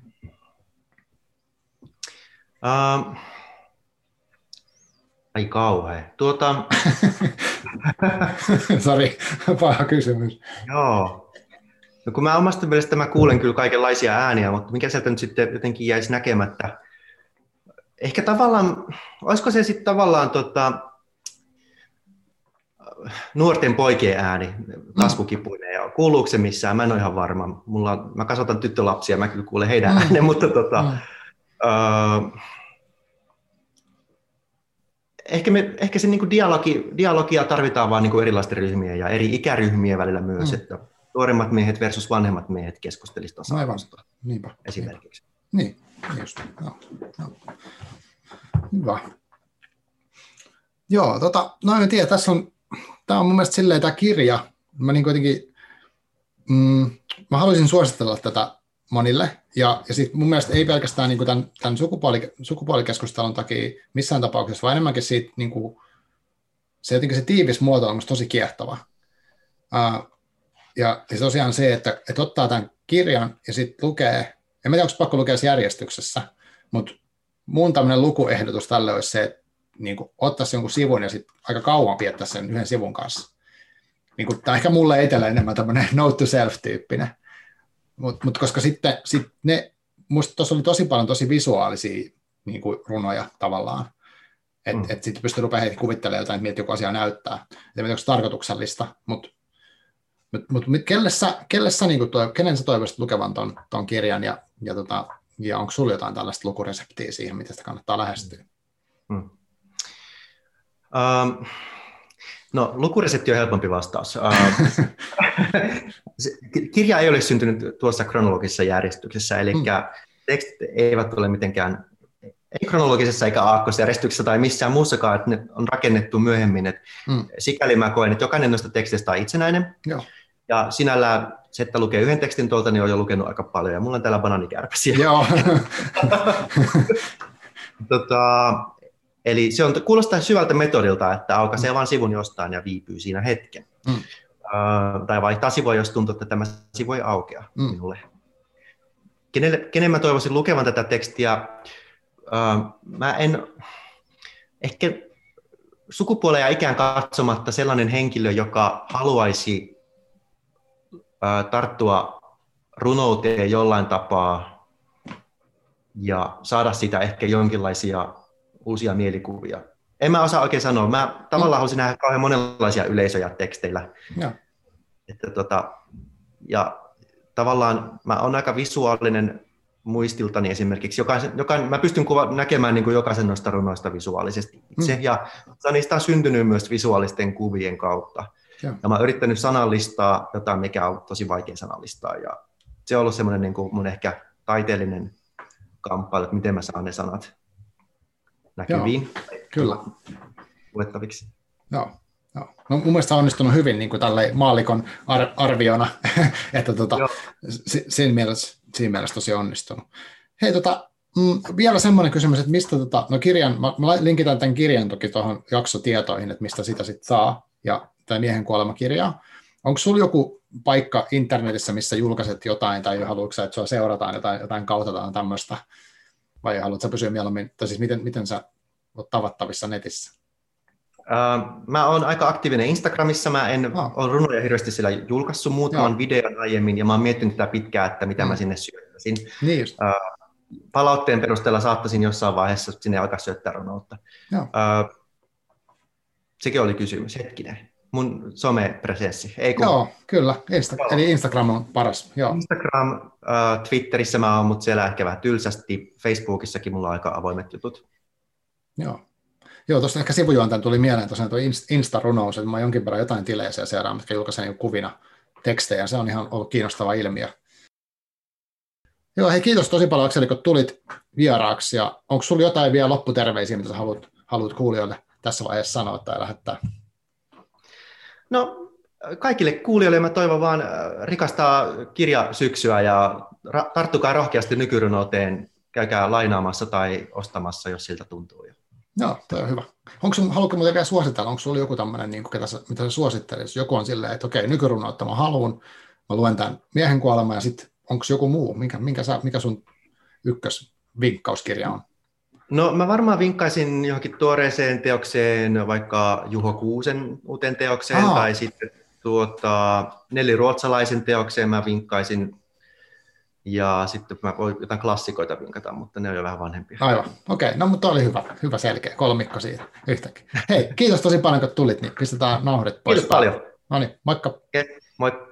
Uh, ai kauhea. Tuota... Sori, paha kysymys. Joo. No kun mä omasta mielestä mä kuulen kyllä kaikenlaisia ääniä, mutta mikä sieltä nyt sitten jotenkin jäisi näkemättä? Ehkä tavallaan, olisiko se sitten tavallaan tota, nuorten poikien ääni, kasvukipuinen, ja kuuluuko se missään? Mä en ole ihan varma. Mulla, mä kasvatan tyttölapsia, mä kyllä kuulen heidän mm. äänen, mutta tota, mm. uh, ehkä, me, ehkä se niinku dialogi, dialogia tarvitaan vaan niinku erilaisten ryhmien ja eri ikäryhmien välillä myös, mm. että nuoremmat miehet versus vanhemmat miehet keskustelisivat tasa-arvosta esimerkiksi. Niin, just. No, no. Hyvä. Joo, tota, no en tiedä, tässä on, tämä on mun mielestä silleen tämä kirja, mä niin kuitenkin, mm, mä haluaisin suositella tätä monille, ja, ja sitten mun mielestä ei pelkästään niin kuin tämän, tämän sukupuoli, sukupuolikeskustelun takia missään tapauksessa, vaan enemmänkin siitä, niin kuin, se jotenkin se tiivis muoto on musta tosi kiehtova. Uh, ja, ja tosiaan se, että, että ottaa tämän kirjan ja sitten lukee, en tiedä, onko pakko lukea järjestyksessä, mutta mun tämmöinen lukuehdotus tälle olisi se, että niin kuin, ottaisi jonkun sivun ja sitten aika kauan viettäisi sen yhden sivun kanssa. Niin kuin, tämä ehkä mulle itsellä enemmän tämmöinen note to self-tyyppinen. Mutta mut koska sitten sit ne, musta tuossa oli tosi paljon tosi visuaalisia niin kuin runoja tavallaan. Että mm. et sitten pystyy rupeaa heti kuvittelemaan jotain, että miltä joku asia näyttää. Että onko se tarkoituksellista, mutta mut, mut, mut kelle sä, kelle sä, niin kuin toi, kenen sä toivoisit lukevan ton, ton kirjan ja, ja, tota, ja onko sulla jotain tällaista lukureseptiä siihen, miten sitä kannattaa lähestyä? Mm. Um. No, lukuresepti on helpompi vastaus. Kirja ei ole syntynyt tuossa kronologisessa järjestyksessä, eli mm. tekstit eivät ole mitenkään, ei kronologisessa eikä aakkosjärjestyksessä tai missään muussakaan, että ne on rakennettu myöhemmin. Et mm. Sikäli mä koen, että jokainen noista teksteistä on itsenäinen. Joo. Ja sinällään se, että lukee yhden tekstin tuolta, niin on jo lukenut aika paljon. Ja mulla on täällä banaanikärpäsiä. Joo. tota, eli se on, kuulostaa syvältä metodilta, että aukaisee mm. vaan sivun jostain ja viipyy siinä hetken. Mm. Uh, tai vaihtaa sivua, jos tuntuu, että tämä sivu ei aukea mm. minulle. Kenelle, kenen mä toivoisin lukevan tätä tekstiä? Uh, mä en, ehkä sukupuoleen ja ikään katsomatta sellainen henkilö, joka haluaisi uh, tarttua runouteen jollain tapaa ja saada siitä ehkä jonkinlaisia uusia mielikuvia. En mä osaa oikein sanoa. Mä tavallaan haluaisin nähdä kauhean monenlaisia yleisöjä teksteillä. Ja. Että tota, ja tavallaan mä oon aika visuaalinen muistiltani esimerkiksi. Jokaisen, jokainen, mä pystyn kuva, näkemään niin kuin jokaisen noista runoista visuaalisesti itse. Mm. Ja niistä on syntynyt myös visuaalisten kuvien kautta. Ja, ja mä oon yrittänyt sanallistaa jotain, mikä on tosi vaikea sanallistaa. Ja se on ollut semmoinen niin kuin mun ehkä taiteellinen kamppailu, että miten mä saan ne sanat näkyviin. Joo, kyllä. Luettaviksi. Joo. Joo. No, mun mielestä on onnistunut hyvin niin kuin tälleen maallikon ar- arviona, että tota, si- siinä, mielessä, siinä mielessä tosi onnistunut. Hei, tota, mm, vielä semmoinen kysymys, että mistä, tota, no kirjan, mä, mä linkitän tämän kirjan toki tuohon jaksotietoihin, että mistä sitä sitten saa, ja tämä Miehen kuolema-kirjaa. Onko sulla joku paikka internetissä, missä julkaiset jotain, tai haluatko sä, että sua seurataan jotain, jotain kautta tai tämmöistä, vai haluatko sä pysyä mieluummin, tai siis miten, miten sä oot tavattavissa netissä? Uh, mä oon aika aktiivinen Instagramissa, mä en oh. ole runoja hirveästi siellä julkaissut muutaman Joo. videon aiemmin, ja mä oon miettinyt tätä pitkään, että mitä mm. mä sinne syöttäisin. Niin uh, palautteen perusteella saattaisin jossain vaiheessa sinne alkaa syöttää runoutta. Uh, sekin oli kysymys, hetkinen. Mun somepresenssi. Ei kun... Joo, kyllä. Insta- eli Instagram on paras. Joo. Instagram, uh, Twitterissä mä oon, mutta siellä ehkä vähän tylsästi. Facebookissakin mulla on aika avoimet jutut. Joo. Joo, tuosta ehkä sivujuontajan tuli mieleen tosiaan tuo Insta-runous, että mä oon jonkin verran jotain tilejä siellä seuraan, mitkä julkaisen kuvina tekstejä, se on ihan ollut kiinnostava ilmiö. Joo, hei kiitos tosi paljon Akseli, kun tulit vieraaksi, ja onko sulla jotain vielä lopputerveisiä, mitä sä haluat, haluat kuulijoille tässä vaiheessa sanoa tai lähettää? No, kaikille kuulijoille mä toivon vaan rikastaa kirjasyksyä ja ra- tarttukaa rohkeasti nykyrunouteen, käykää lainaamassa tai ostamassa, jos siltä tuntuu jo. Joo, toi on hyvä. Onko sun, haluatko muuten vielä suositella, onko sulla joku tämmöinen, niin ketä sä, mitä sä suosittelisit? Joku on silleen, että okei, nykyrunoutta mä haluan, mä luen tämän Miehen kuolema, ja sitten onko joku muu, minkä, minkä sä, mikä sun ykkösvinkkauskirja on? No mä varmaan vinkkaisin johonkin tuoreeseen teokseen, vaikka Juho Kuusen uuteen teokseen, Aa. tai sitten tuota, Nelli Ruotsalaisen teokseen mä vinkkaisin. Ja sitten mä voin jotain klassikoita vinkata, mutta ne on jo vähän vanhempia. Aivan, okei. Okay. No mutta oli hyvä, hyvä selkeä kolmikko siitä yhtäkkiä. Hei, kiitos tosi paljon kun tulit, niin pistetään nauhdet pois. Kiitos paljon. No niin, moikka. Okay, moi.